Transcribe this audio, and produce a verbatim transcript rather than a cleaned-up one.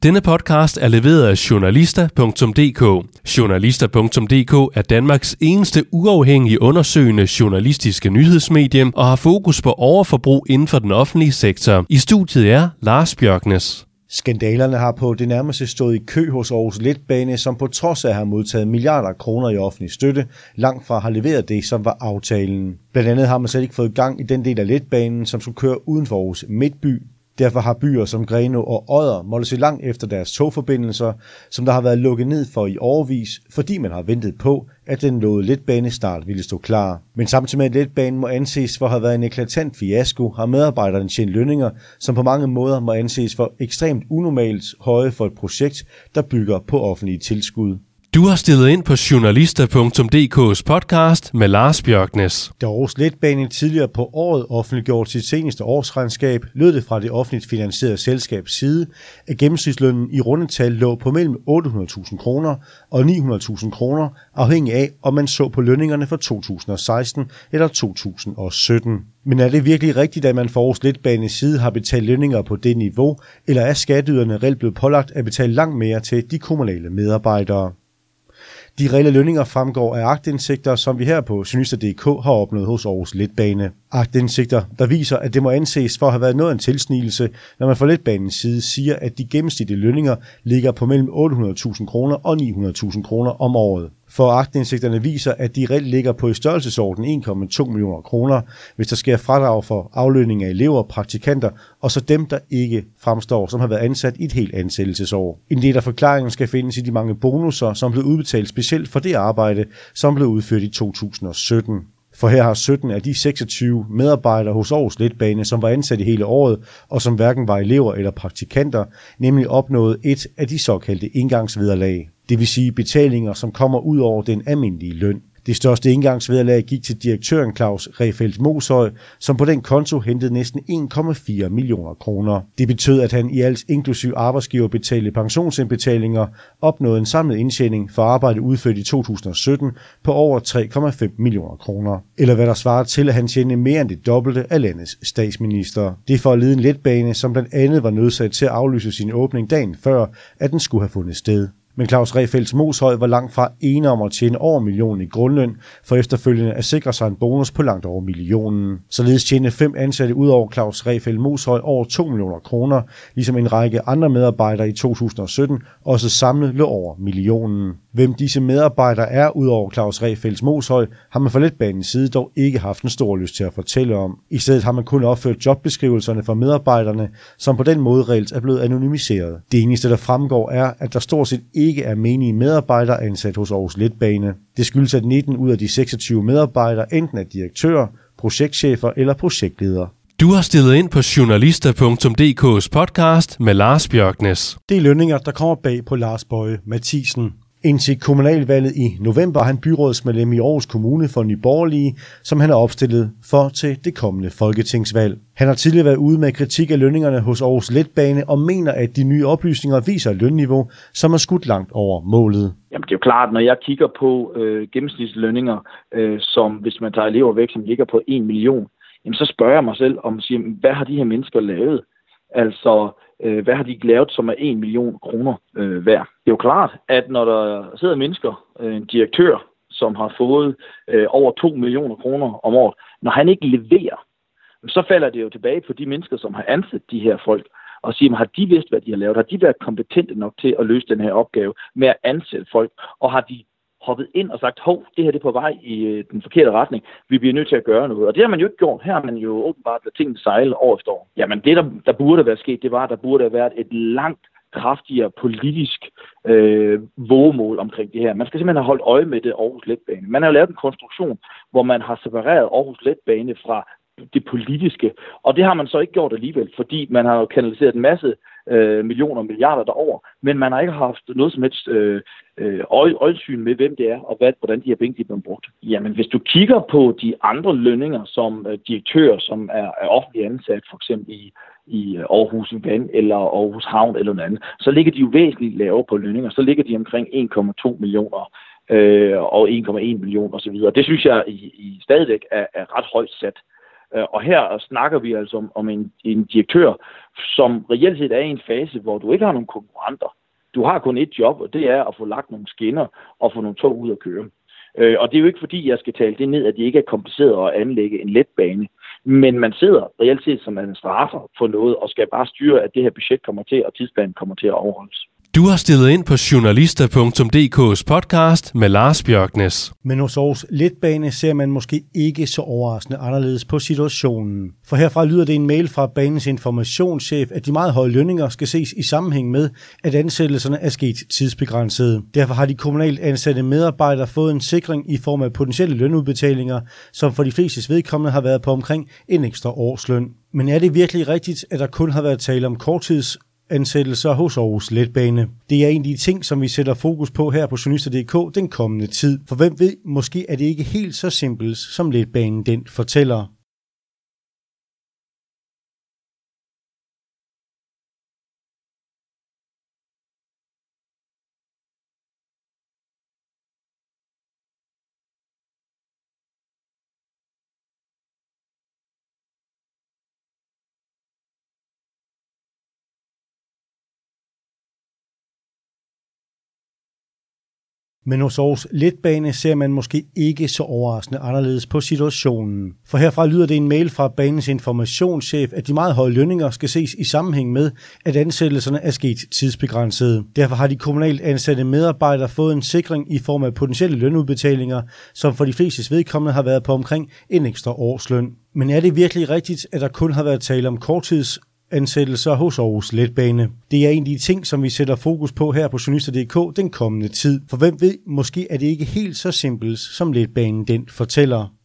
Denne podcast er leveret af journalister punktum d k. journalister punktum d k er Danmarks eneste uafhængige undersøgende journalistiske nyhedsmedie og har fokus på overforbrug inden for den offentlige sektor. I studiet er Lars Bjørknes. Skandalerne har på det nærmeste stået i kø hos Aarhus Letbane, som på trods af at have modtaget milliarder kroner i offentlig støtte, langt fra har leveret det, som var aftalen. Blandt andet har man slet ikke fået gang i den del af letbanen, som skulle køre uden for Aarhus Midtby. Derfor har byer som Grenaa og Odder måttet se langt efter deres togforbindelser, som der har været lukket ned for i årevis, fordi man har ventet på, at den lovede letbane snart ville stå klar. Men samtidig med at letbanen må anses for at have været en eklatant fiasko, har medarbejderne tjent lønninger, som på mange måder må anses for ekstremt unormalt høje for et projekt, der bygger på offentlige tilskud. Du har stillet ind på journalister punktum d k's podcast med Lars Bjørknes. Da Aarhus Letbane tidligere på året offentliggjorde sit seneste årsregnskab, lød det fra det offentligt finansierede selskabs side, at gennemsnitslønnen i rundetal lå på mellem otte hundrede tusind kroner og ni hundrede tusind kroner, afhængig af, om man så på lønningerne for to tusind og seksten eller to tusind og sytten. Men er det virkelig rigtigt, at man fra Aarhus Letbanes side har betalt lønninger på det niveau, eller er skatteyderne reelt blevet pålagt at betale langt mere til de kommunale medarbejdere? De reelle lønninger fremgår af aktindsigter, som vi her på journalister punktum d k har opnået hos Aarhus Letbane. Aktindsigter, der viser, at det må anses for at have været noget af en tilsnigelse, når man fra Letbanens side siger, at de gennemsnitlige lønninger ligger på mellem otte hundrede tusind kroner og ni hundrede tusind kroner om året. For aktindsigterne viser, at de reelt ligger på i størrelsesorden en komma to millioner kroner, hvis der sker fradrag for aflønning af elever og praktikanter, og så dem, der ikke fremstår, som har været ansat i et helt ansættelsesår. En del af forklaringen skal findes i de mange bonusser, som blev udbetalt specielt for det arbejde, som blev udført i to tusind og sytten. For her har sytten af de seksogtyve medarbejdere hos Aarhus Letbane, som var ansat i hele året, og som hverken var elever eller praktikanter, nemlig opnået et af de såkaldte engangsvederlag. Det vil sige betalinger, som kommer ud over den almindelige løn. Det største engangsvederlag gik til direktøren Claus Refeldt Moshøj, som på den konto hentede næsten en komma fire millioner kroner. Det betød, at han i alt inklusiv arbejdsgiverbetalte pensionsindbetalinger opnåede en samlet indtjening for arbejde udført i to tusind og sytten på over tre komma fem millioner kroner. Eller hvad der svarer til, at han tjente mere end det dobbelte af landets statsminister. Det er for at lede en letbane, som blandt andet var nødsat til at aflyse sin åbning dagen før, at den skulle have fundet sted. Men Claus Refeldt Moshøj var langt fra ene om at tjene over millionen i grundløn, for efterfølgende at sikre sig en bonus på langt over millionen. Således tjente fem ansatte ud over Claus Refeldt Moshøj over to millioner kroner, ligesom en række andre medarbejdere i to tusind og sytten også samlet lå over millionen. Hvem disse medarbejdere er ud over Claus Refeldt Moshøj, har man fra Letbanens side dog ikke haft en stor lyst til at fortælle om. I stedet har man kun opført jobbeskrivelserne for medarbejderne, som på den måde reelt er blevet anonymiseret. Det eneste, der fremgår, er, at der stort set ikke er menige medarbejdere ansat hos Aarhus Letbane. Det skyldes, at nitten ud af de seksogtyve medarbejdere enten er direktører, projektchefer eller projektledere. Du har stillet ind på journalister punktum d k's podcast med Lars Bjørknes. Det er lønninger, der kommer bag på Lars Boje Mathiesen. Indtil kommunalvalget i november er han byrådsmedlem i Aarhus Kommune for Nye Borgerlige, som han er opstillet for til det kommende folketingsvalg. Han har tidligere været ude med kritik af lønningerne hos Aarhus Letbane og mener, at de nye oplysninger viser et lønniveau, som er skudt langt over målet. Jamen det er jo klart, når jeg kigger på øh, gennemsnitslønninger, øh, som hvis man tager elever væk, som ligger på en million, jamen, så spørger jeg mig selv om, siger, hvad har de her mennesker lavet? Altså, øh, hvad har de lavet, som er en million kroner øh, værd? Det er jo klart, at når der sidder mennesker, øh, en direktør, som har fået øh, over to millioner kroner om året, når han ikke leverer, så falder det jo tilbage på de mennesker, som har ansat de her folk, og siger, har de vidst, hvad de har lavet? Har de været kompetente nok til at løse den her opgave med at ansætte folk? Og har de hoppet ind og sagt, hov, det her det er på vej i øh, den forkerte retning. Vi bliver nødt til at gøre noget. Og det har man jo ikke gjort. Her har man jo åbenbart ladet tingene sejle år efter år. Jamen det, der, der burde være sket, det var, at der burde have været et langt kraftigere politisk øh, vågemål omkring det her. Man skal simpelthen have holdt øje med det Aarhus Letbane. Man har jo lavet en konstruktion, hvor man har separeret Aarhus Letbane fra det politiske. Og det har man så ikke gjort alligevel, fordi man har jo kanaliseret en masse øh, millioner og milliarder derover, men man har ikke haft noget som helst øh, øje, øjesyn med, hvem det er, og hvad, hvordan de her penge de er blevet brugt. Jamen, hvis du kigger på de andre lønninger som øh, direktører, som er, er offentligt ansat, for eksempel i, i Aarhus Vand eller Aarhus Havn eller noget andet, så ligger de jo væsentligt lavere på lønninger. Så ligger de omkring en komma to millioner øh, og en komma en million osv. Det synes jeg i, i stadigvæk er, er ret højt sat. Og her snakker vi altså om, om en, en direktør, som reelt set er i en fase, hvor du ikke har nogen konkurrenter. Du har kun et job, og det er at få lagt nogle skinner og få nogle tog ud at køre. Og det er jo ikke fordi, jeg skal tale det ned, at det ikke er kompliceret at anlægge en letbane. Men man sidder reelt set som administrator for noget, og skal bare styre, at det her budget kommer til, og tidsplanen kommer til at overholdes. Du har stillet ind på journalister punktum d k's podcast med Lars Bjørknes. Men hos Aarhus Letbane ser man måske ikke så overraskende anderledes på situationen. For herfra lyder det en mail fra banens informationschef, at de meget høje lønninger skal ses i sammenhæng med, at ansættelserne er sket tidsbegrænsede. Derfor har de kommunalt ansatte medarbejdere fået en sikring i form af potentielle lønudbetalinger, som for de flestes vedkommende har været på omkring en ekstra årsløn. Men er det virkelig rigtigt, at der kun har været tale om korttids ansættelser hos Aarhus Letbane? Det er en af de ting, som vi sætter fokus på her på journalister punktum d k den kommende tid. For hvem ved, måske er det ikke helt så simpelt, som Letbanen den fortæller. Men hos Aarhus Letbane ser man måske ikke så overraskende anderledes på situationen. For herfra lyder det en mail fra banens informationschef, at de meget høje lønninger skal ses i sammenhæng med, at ansættelserne er sket tidsbegrænsede. Derfor har de kommunalt ansatte medarbejdere fået en sikring i form af potentielle lønudbetalinger, som for de flestes vedkommende har været på omkring en ekstra årsløn. Men er det virkelig rigtigt, at der kun har været tale om korttids ansættelser hos Aarhus Letbane? Det er en af de ting, som vi sætter fokus på her på journalister punktum d k den kommende tid. For hvem ved, måske er det ikke helt så simpelt, som Letbanen den fortæller.